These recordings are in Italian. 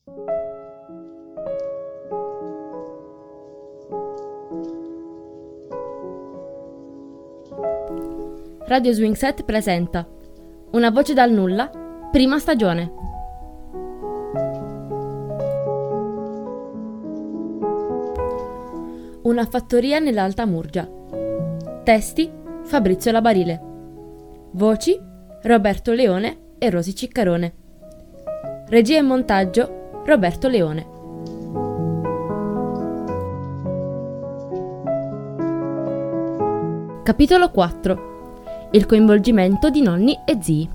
Radio Swing Set presenta Una voce dal nulla, prima stagione. Una fattoria nell'Alta Murgia. Testi Fabrizio Labarile. Voci Roberto Leone e Rosy Ciccarone. Regia e montaggio Roberto Leone. Capitolo 4. Il coinvolgimento di nonni e zii.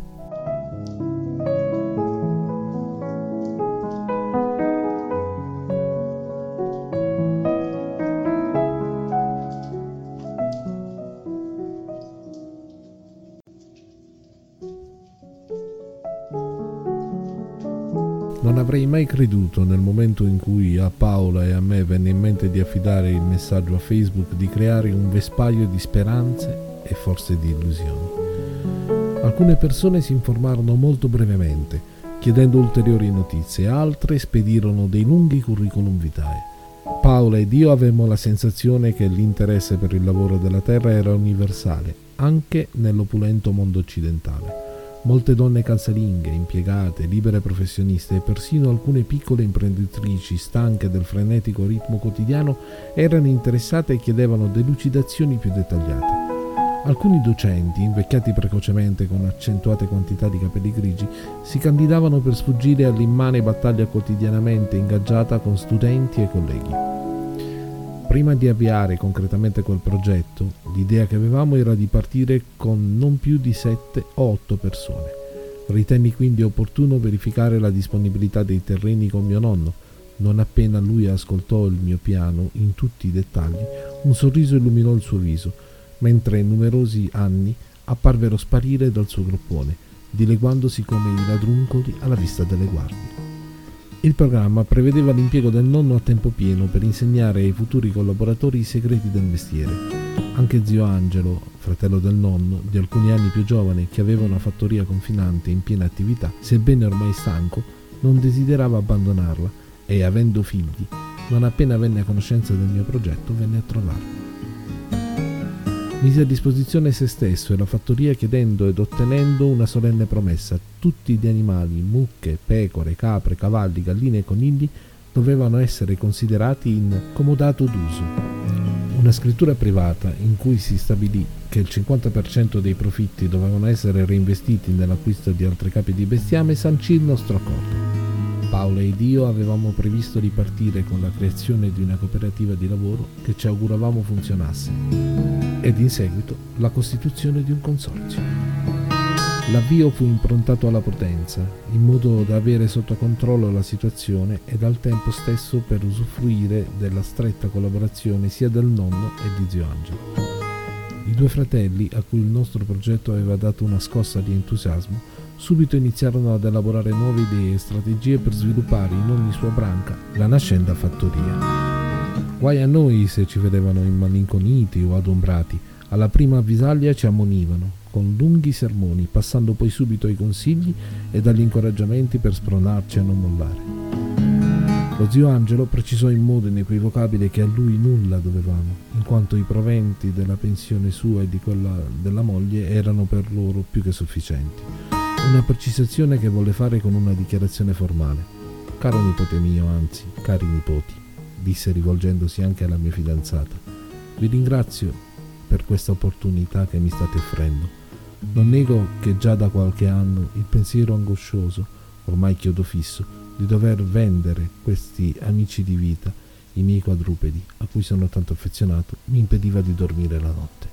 Non avrei mai creduto, nel momento in cui a Paola e a me venne in mente di affidare il messaggio a Facebook, di creare un vespaio di speranze e forse di illusioni. Alcune persone si informarono molto brevemente, chiedendo ulteriori notizie, altre spedirono dei lunghi curriculum vitae. Paola ed io avevamo la sensazione che l'interesse per il lavoro della terra era universale, anche nell'opulento mondo occidentale. Molte donne casalinghe, impiegate, libere professioniste e persino alcune piccole imprenditrici stanche del frenetico ritmo quotidiano erano interessate e chiedevano delucidazioni più dettagliate. Alcuni docenti, invecchiati precocemente con accentuate quantità di capelli grigi, si candidavano per sfuggire all'immane battaglia quotidianamente ingaggiata con studenti e colleghi. Prima di avviare concretamente quel progetto, l'idea che avevamo era di partire con non più di 7 o 8 persone. Ritenni quindi opportuno verificare la disponibilità dei terreni con mio nonno. Non appena lui ascoltò il mio piano in tutti i dettagli, un sorriso illuminò il suo viso, mentre numerosi anni apparvero sparire dal suo groppone, dileguandosi come i ladruncoli alla vista delle guardie. Il programma prevedeva l'impiego del nonno a tempo pieno per insegnare ai futuri collaboratori i segreti del mestiere. Anche zio Angelo, fratello del nonno, di alcuni anni più giovane, che aveva una fattoria confinante in piena attività, sebbene ormai stanco, non desiderava abbandonarla e, avendo figli, non appena venne a conoscenza del mio progetto, venne a trovarmi. Mise a disposizione se stesso e la fattoria chiedendo ed ottenendo una solenne promessa: tutti gli animali, mucche, pecore, capre, cavalli, galline e conigli dovevano essere considerati in comodato d'uso. Una scrittura privata in cui si stabilì che il 50% dei profitti dovevano essere reinvestiti nell'acquisto di altre capie di bestiame sancì il nostro accordo. Paola ed io avevamo previsto di partire con la creazione di una cooperativa di lavoro che ci auguravamo funzionasse, ed in seguito la costituzione di un consorzio. L'avvio fu improntato alla prudenza, in modo da avere sotto controllo la situazione ed al tempo stesso per usufruire della stretta collaborazione sia del nonno e di zio Angelo. I due fratelli, a cui il nostro progetto aveva dato una scossa di entusiasmo, subito iniziarono ad elaborare nuove idee e strategie per sviluppare in ogni sua branca la nascenda fattoria. Guai a noi se ci vedevano immalinconiti o adombrati. Alla prima avvisaglia ci ammonivano, con lunghi sermoni, passando poi subito ai consigli e agli incoraggiamenti per spronarci a non mollare. Lo zio Angelo precisò in modo inequivocabile che a lui nulla dovevamo, in quanto i proventi della pensione sua e di quella della moglie erano per loro più che sufficienti. Una precisazione che volle fare con una dichiarazione formale. Caro nipote mio, anzi, cari nipoti, disse rivolgendosi anche alla mia fidanzata, vi ringrazio per questa opportunità che mi state offrendo. Non nego che già da qualche anno il pensiero angoscioso, ormai chiodo fisso, di dover vendere questi amici di vita, i miei quadrupedi, a cui sono tanto affezionato, mi impediva di dormire la notte.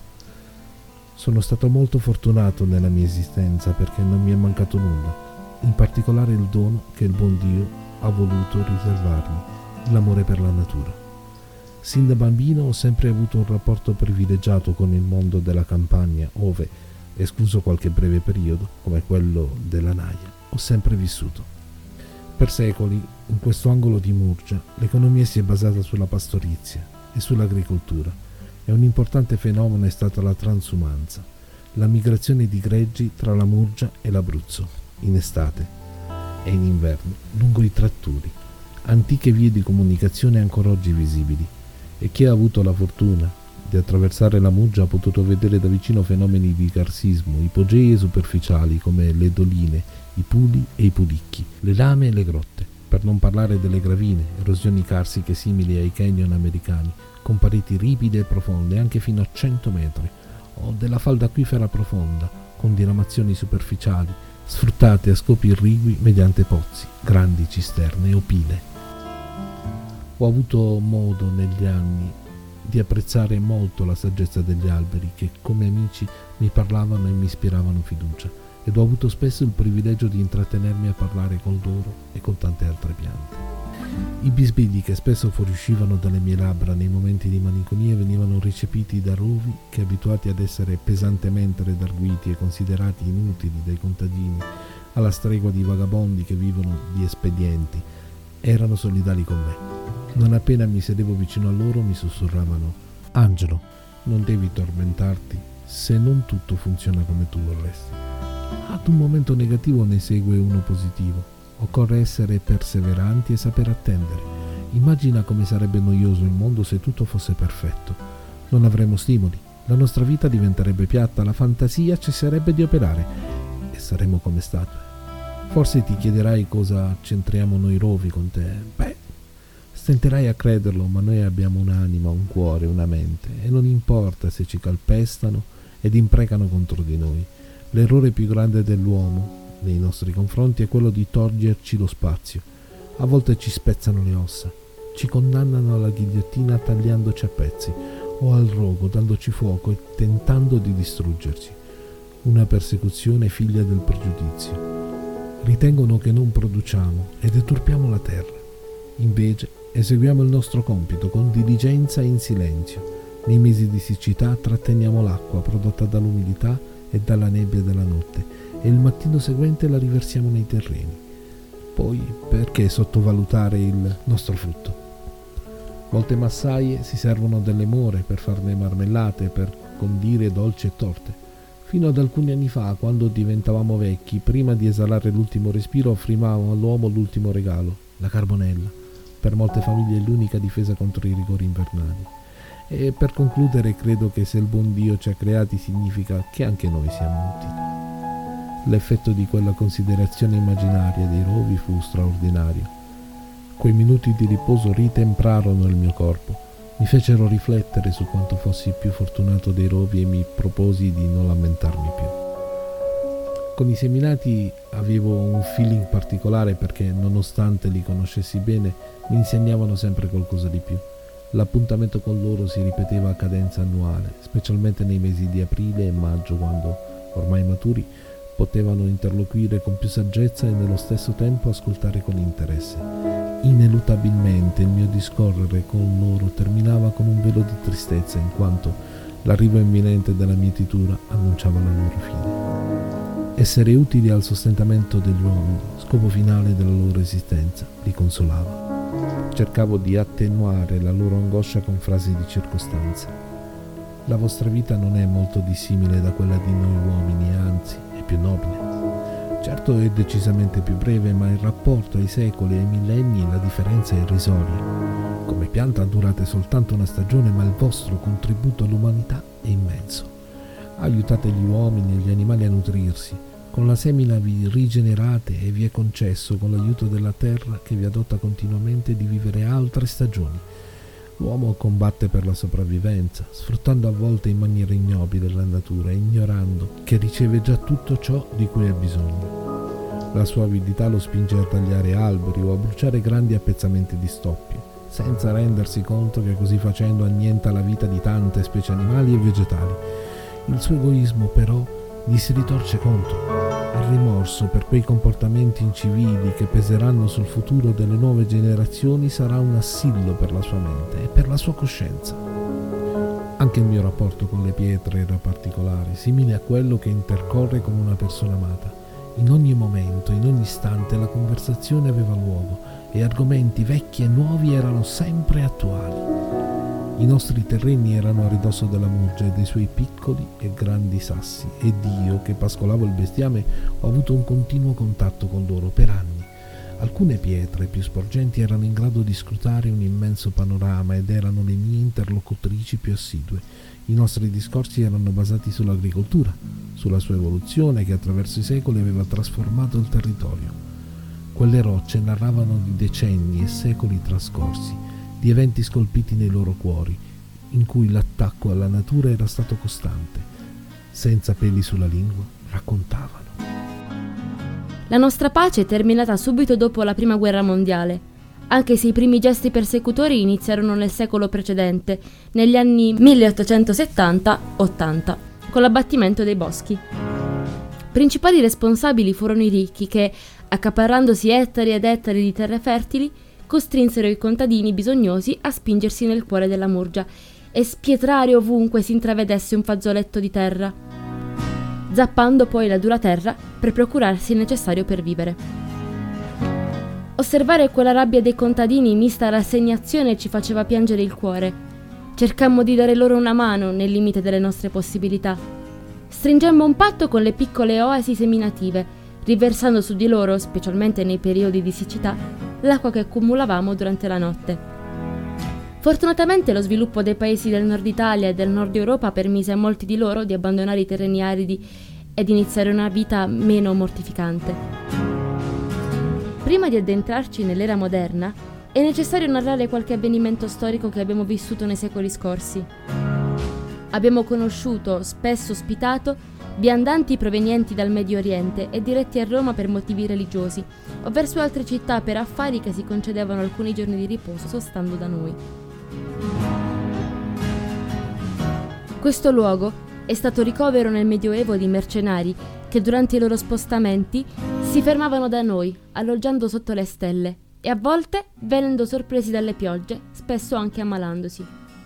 Sono stato molto fortunato nella mia esistenza perché non mi è mancato nulla, in particolare il dono che il buon Dio ha voluto riservarmi, l'amore per la natura. Sin da bambino ho sempre avuto un rapporto privilegiato con il mondo della campagna, ove, escluso qualche breve periodo, come quello della naia, ho sempre vissuto. Per secoli, in questo angolo di Murgia, l'economia si è basata sulla pastorizia e sull'agricoltura, e un importante fenomeno è stata la transumanza, la migrazione di greggi tra la Murgia e l'Abruzzo, in estate e in inverno, lungo i tratturi, antiche vie di comunicazione ancora oggi visibili, e chi ha avuto la fortuna di attraversare la Murgia ha potuto vedere da vicino fenomeni di carsismo, ipogei superficiali come le doline, i puli e i pulicchi, le lame e le grotte, per non parlare delle gravine, erosioni carsiche simili ai canyon americani, con pareti ripide e profonde anche fino a 100 metri, o della falda acquifera profonda, con diramazioni superficiali, sfruttate a scopi irrigui mediante pozzi, grandi cisterne o pile. Ho avuto modo negli anni di apprezzare molto la saggezza degli alberi che, come amici, mi parlavano e mi ispiravano fiducia, ed ho avuto spesso il privilegio di intrattenermi a parlare con loro e con tante altre piante. I bisbigli che spesso fuoriuscivano dalle mie labbra nei momenti di malinconia venivano recepiti da rovi che, abituati ad essere pesantemente redarguiti e considerati inutili dai contadini, alla stregua di vagabondi che vivono di espedienti, erano solidali con me. Non appena mi sedevo vicino a loro mi sussurravano: «Angelo, non devi tormentarti se non tutto funziona come tu vorresti. Ad un momento negativo ne segue uno positivo. Occorre essere perseveranti e saper attendere. Immagina come sarebbe noioso il mondo se tutto fosse perfetto. Non avremmo stimoli, la nostra vita diventerebbe piatta, la fantasia cesserebbe di operare e saremmo come statue. Forse ti chiederai cosa c'entriamo noi rovi con te. Beh, stenterai a crederlo, ma noi abbiamo un'anima, un cuore, una mente, e non importa se ci calpestano ed imprecano contro di noi. L'errore più grande dell'uomo nei nostri confronti è quello di toglierci lo spazio. A volte ci spezzano le ossa, ci condannano alla ghigliottina tagliandoci a pezzi, o al rogo dandoci fuoco e tentando di distruggerci. Una persecuzione figlia del pregiudizio. Ritengono che non produciamo e deturpiamo la terra. Invece eseguiamo il nostro compito con diligenza e in silenzio. Nei mesi di siccità tratteniamo l'acqua prodotta dall'umidità e dalla nebbia della notte, e il mattino seguente la riversiamo nei terreni. Poi, perché sottovalutare il nostro frutto? Molte massaie si servono delle more per farne marmellate, per condire dolci e torte. Fino ad alcuni anni fa, quando diventavamo vecchi, prima di esalare l'ultimo respiro offrivamo all'uomo l'ultimo regalo, la carbonella. Per molte famiglie è l'unica difesa contro i rigori invernali. E per concludere, credo che se il buon Dio ci ha creati significa che anche noi siamo utili. L'effetto di quella considerazione immaginaria dei rovi fu straordinario. Quei minuti di riposo ritemprarono il mio corpo, mi fecero riflettere su quanto fossi più fortunato dei rovi e mi proposi di non lamentarmi più. Con i seminati avevo un feeling particolare perché, nonostante li conoscessi bene, mi insegnavano sempre qualcosa di più. L'appuntamento con loro si ripeteva a cadenza annuale, specialmente nei mesi di aprile e maggio, quando, ormai maturi, potevano interloquire con più saggezza e nello stesso tempo ascoltare con interesse. Ineluttabilmente il mio discorrere con loro terminava con un velo di tristezza, in quanto l'arrivo imminente della mietitura annunciava la loro fine. Essere utili al sostentamento degli uomini, scopo finale della loro esistenza, li consolava. Cercavo di attenuare la loro angoscia con frasi di circostanza. La vostra vita non è molto dissimile da quella di noi uomini, anzi è più nobile. Certo è decisamente più breve, ma in rapporto ai secoli e ai millenni la differenza è irrisoria. Come pianta durate soltanto una stagione, ma il vostro contributo all'umanità è immenso. Aiutate gli uomini e gli animali a nutrirsi. Con la semina vi rigenerate e vi è concesso, con l'aiuto della terra che vi adotta continuamente, di vivere altre stagioni. L'uomo combatte per la sopravvivenza, sfruttando a volte in maniera ignobile la natura, ignorando che riceve già tutto ciò di cui ha bisogno. La sua avidità lo spinge a tagliare alberi o a bruciare grandi appezzamenti di stoppie, senza rendersi conto che così facendo annienta la vita di tante specie animali e vegetali. Il suo egoismo, però, gli si ritorce contro. Il rimorso per quei comportamenti incivili che peseranno sul futuro delle nuove generazioni sarà un assillo per la sua mente e per la sua coscienza. Anche il mio rapporto con le pietre era particolare, simile a quello che intercorre con una persona amata. In ogni momento, in ogni istante, la conversazione aveva luogo e argomenti vecchi e nuovi erano sempre attuali. I nostri terreni erano a ridosso della Murgia e dei suoi piccoli e grandi sassi, ed io, che pascolavo il bestiame, ho avuto un continuo contatto con loro per anni. Alcune pietre più sporgenti erano in grado di scrutare un immenso panorama ed erano le mie interlocutrici più assidue. I nostri discorsi erano basati sull'agricoltura, sulla sua evoluzione che attraverso i secoli aveva trasformato il territorio. Quelle rocce narravano di decenni e secoli trascorsi, di eventi scolpiti nei loro cuori, in cui l'attacco alla natura era stato costante. Senza peli sulla lingua, raccontavano. La nostra pace è terminata subito dopo la Prima Guerra Mondiale, anche se i primi gesti persecutori iniziarono nel secolo precedente, negli anni 1870-80, con l'abbattimento dei boschi. Principali responsabili furono i ricchi che, accaparrandosi ettari ed ettari di terre fertili, costrinsero i contadini bisognosi a spingersi nel cuore della Murgia e spietrare ovunque si intravedesse un fazzoletto di terra, zappando poi la dura terra per procurarsi il necessario per vivere. Osservare quella rabbia dei contadini mista a rassegnazione ci faceva piangere il cuore. Cercammo di dare loro una mano nel limite delle nostre possibilità. Stringemmo un patto con le piccole oasi seminative, riversando su di loro, specialmente nei periodi di siccità, l'acqua che accumulavamo durante la notte. Fortunatamente lo sviluppo dei paesi del nord Italia e del nord Europa permise a molti di loro di abbandonare i terreni aridi ed iniziare una vita meno mortificante. Prima di addentrarci nell'era moderna, è necessario narrare qualche avvenimento storico che abbiamo vissuto nei secoli scorsi. Abbiamo conosciuto, spesso ospitato, viandanti provenienti dal Medio Oriente e diretti a Roma per motivi religiosi, o verso altre città per affari che si concedevano alcuni giorni di riposo sostando da noi. Questo luogo è stato ricovero nel Medioevo di mercenari che durante i loro spostamenti si fermavano da noi, alloggiando sotto le stelle e a volte venendo sorpresi dalle piogge, spesso anche ammalandosi.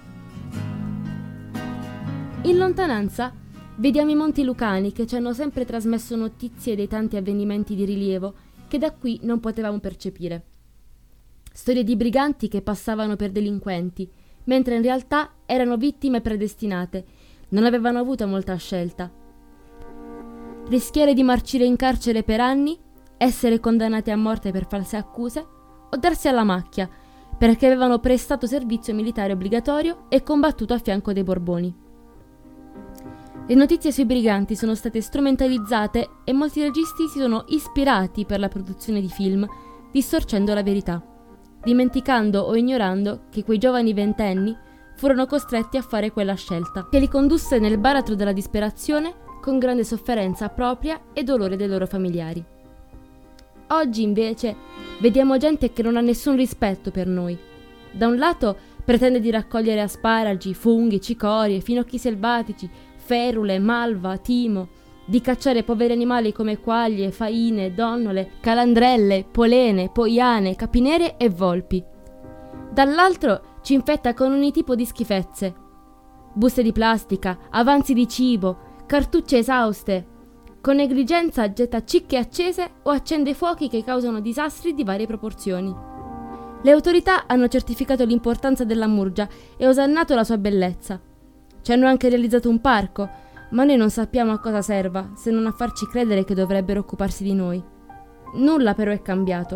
In lontananza vediamo i Monti Lucani che ci hanno sempre trasmesso notizie dei tanti avvenimenti di rilievo che da qui non potevamo percepire. Storie di briganti che passavano per delinquenti, mentre in realtà erano vittime predestinate, non avevano avuto molta scelta. Rischiare di marcire in carcere per anni, essere condannati a morte per false accuse o darsi alla macchia perché avevano prestato servizio militare obbligatorio e combattuto a fianco dei Borboni. Le notizie sui briganti sono state strumentalizzate e molti registi si sono ispirati per la produzione di film, distorcendo la verità, dimenticando o ignorando che quei giovani ventenni furono costretti a fare quella scelta, che li condusse nel baratro della disperazione con grande sofferenza propria e dolore dei loro familiari. Oggi, invece, vediamo gente che non ha nessun rispetto per noi. Da un lato pretende di raccogliere asparagi, funghi, cicorie, finocchi selvatici, ferule, malva, timo, di cacciare poveri animali come quaglie, faine, donnole, calandrelle, polene, poiane, capinere e volpi. Dall'altro ci infetta con ogni tipo di schifezze. Buste di plastica, avanzi di cibo, cartucce esauste. Con negligenza getta cicche accese o accende fuochi che causano disastri di varie proporzioni. Le autorità hanno certificato l'importanza della Murgia e osannato la sua bellezza. Ci hanno anche realizzato un parco, ma noi non sappiamo a cosa serva, se non a farci credere che dovrebbero occuparsi di noi. Nulla però è cambiato.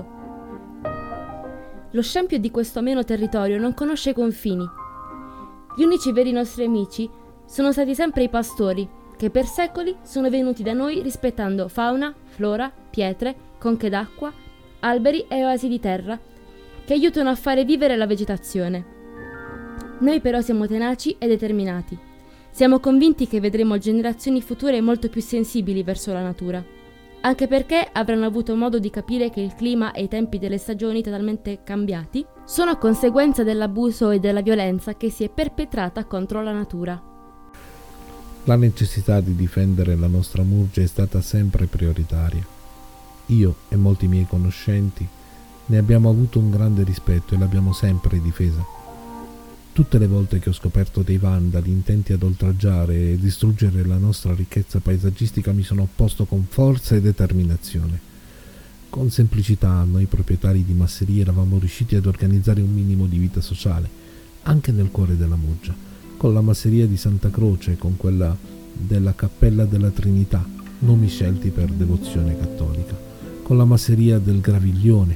Lo scempio di questo ameno territorio non conosce confini. Gli unici veri nostri amici sono stati sempre i pastori, che per secoli sono venuti da noi rispettando fauna, flora, pietre, conche d'acqua, alberi e oasi di terra, che aiutano a fare vivere la vegetazione. Noi però siamo tenaci e determinati. Siamo convinti che vedremo generazioni future molto più sensibili verso la natura, anche perché avranno avuto modo di capire che il clima e i tempi delle stagioni totalmente cambiati sono conseguenza dell'abuso e della violenza che si è perpetrata contro la natura. La necessità di difendere la nostra Murgia è stata sempre prioritaria. Io e molti miei conoscenti ne abbiamo avuto un grande rispetto e l'abbiamo sempre difesa. Tutte le volte che ho scoperto dei vandali intenti ad oltraggiare e distruggere la nostra ricchezza paesaggistica mi sono opposto con forza e determinazione. Con semplicità noi proprietari di masserie eravamo riusciti ad organizzare un minimo di vita sociale, anche nel cuore della Murgia, con la masseria di Santa Croce e con quella della Cappella della Trinità, nomi scelti per devozione cattolica, con la masseria del Graviglione,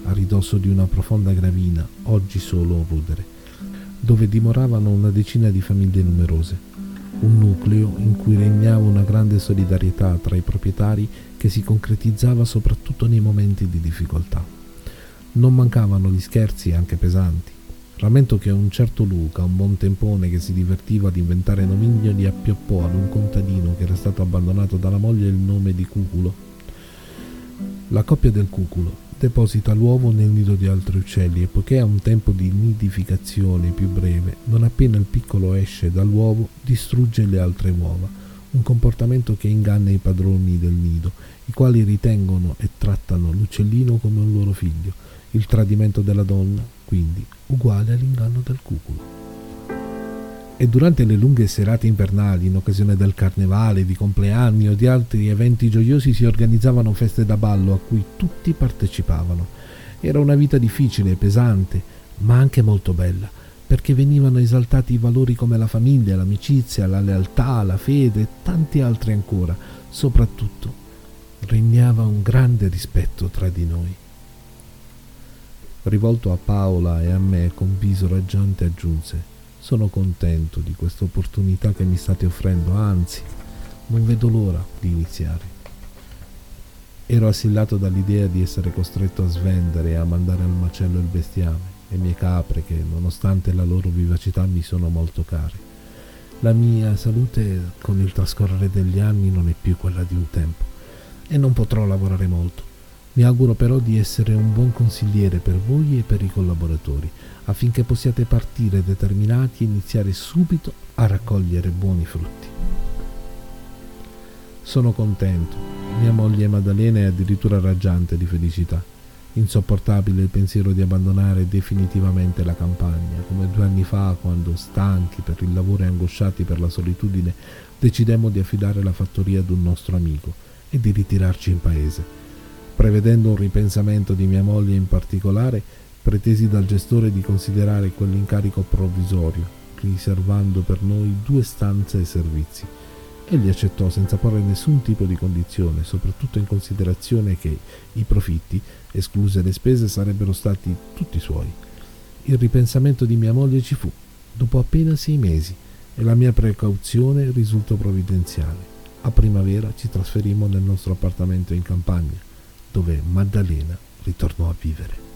a ridosso di una profonda gravina, oggi solo rudere, dove dimoravano una decina di famiglie numerose, un nucleo in cui regnava una grande solidarietà tra i proprietari che si concretizzava soprattutto nei momenti di difficoltà. Non mancavano gli scherzi anche pesanti. Rammento che un certo Luca, un buontempone che si divertiva ad inventare nomignoli, appioppò ad un contadino che era stato abbandonato dalla moglie il nome di Cuculo. La coppia del cuculo deposita l'uovo nel nido di altri uccelli e poiché ha un tempo di nidificazione più breve, non appena il piccolo esce dall'uovo distrugge le altre uova, un comportamento che inganna i padroni del nido, i quali ritengono e trattano l'uccellino come un loro figlio. Il tradimento della donna, quindi, uguale all'inganno del cuculo. E durante le lunghe serate invernali, in occasione del carnevale, di compleanni o di altri eventi gioiosi, si organizzavano feste da ballo a cui tutti partecipavano. Era una vita difficile e pesante, ma anche molto bella, perché venivano esaltati i valori come la famiglia, l'amicizia, la lealtà, la fede e tanti altri ancora. Soprattutto, regnava un grande rispetto tra di noi. Rivolto a Paola e a me con viso raggiante aggiunse: sono contento di questa opportunità che mi state offrendo, anzi, non vedo l'ora di iniziare. Ero assillato dall'idea di essere costretto a svendere e a mandare al macello il bestiame, le mie capre che, nonostante la loro vivacità, mi sono molto care. La mia salute, con il trascorrere degli anni, non è più quella di un tempo e non potrò lavorare molto. Mi auguro però di essere un buon consigliere per voi e per i collaboratori, affinché possiate partire determinati e iniziare subito a raccogliere buoni frutti. Sono contento. Mia moglie Maddalena è addirittura raggiante di felicità. Insopportabile il pensiero di abbandonare definitivamente la campagna, come 2 anni fa, quando, stanchi per il lavoro e angosciati per la solitudine, decidemmo di affidare la fattoria ad un nostro amico e di ritirarci in paese. Prevedendo un ripensamento di mia moglie in particolare, pretesi dal gestore di considerare quell'incarico provvisorio, riservando per noi 2 stanze e servizi. Egli accettò senza porre nessun tipo di condizione, soprattutto in considerazione che i profitti, escluse le spese, sarebbero stati tutti suoi. Il ripensamento di mia moglie ci fu dopo appena 6 mesi e la mia precauzione risultò provvidenziale. A primavera ci trasferimmo nel nostro appartamento in campagna, dove Maddalena ritornò a vivere.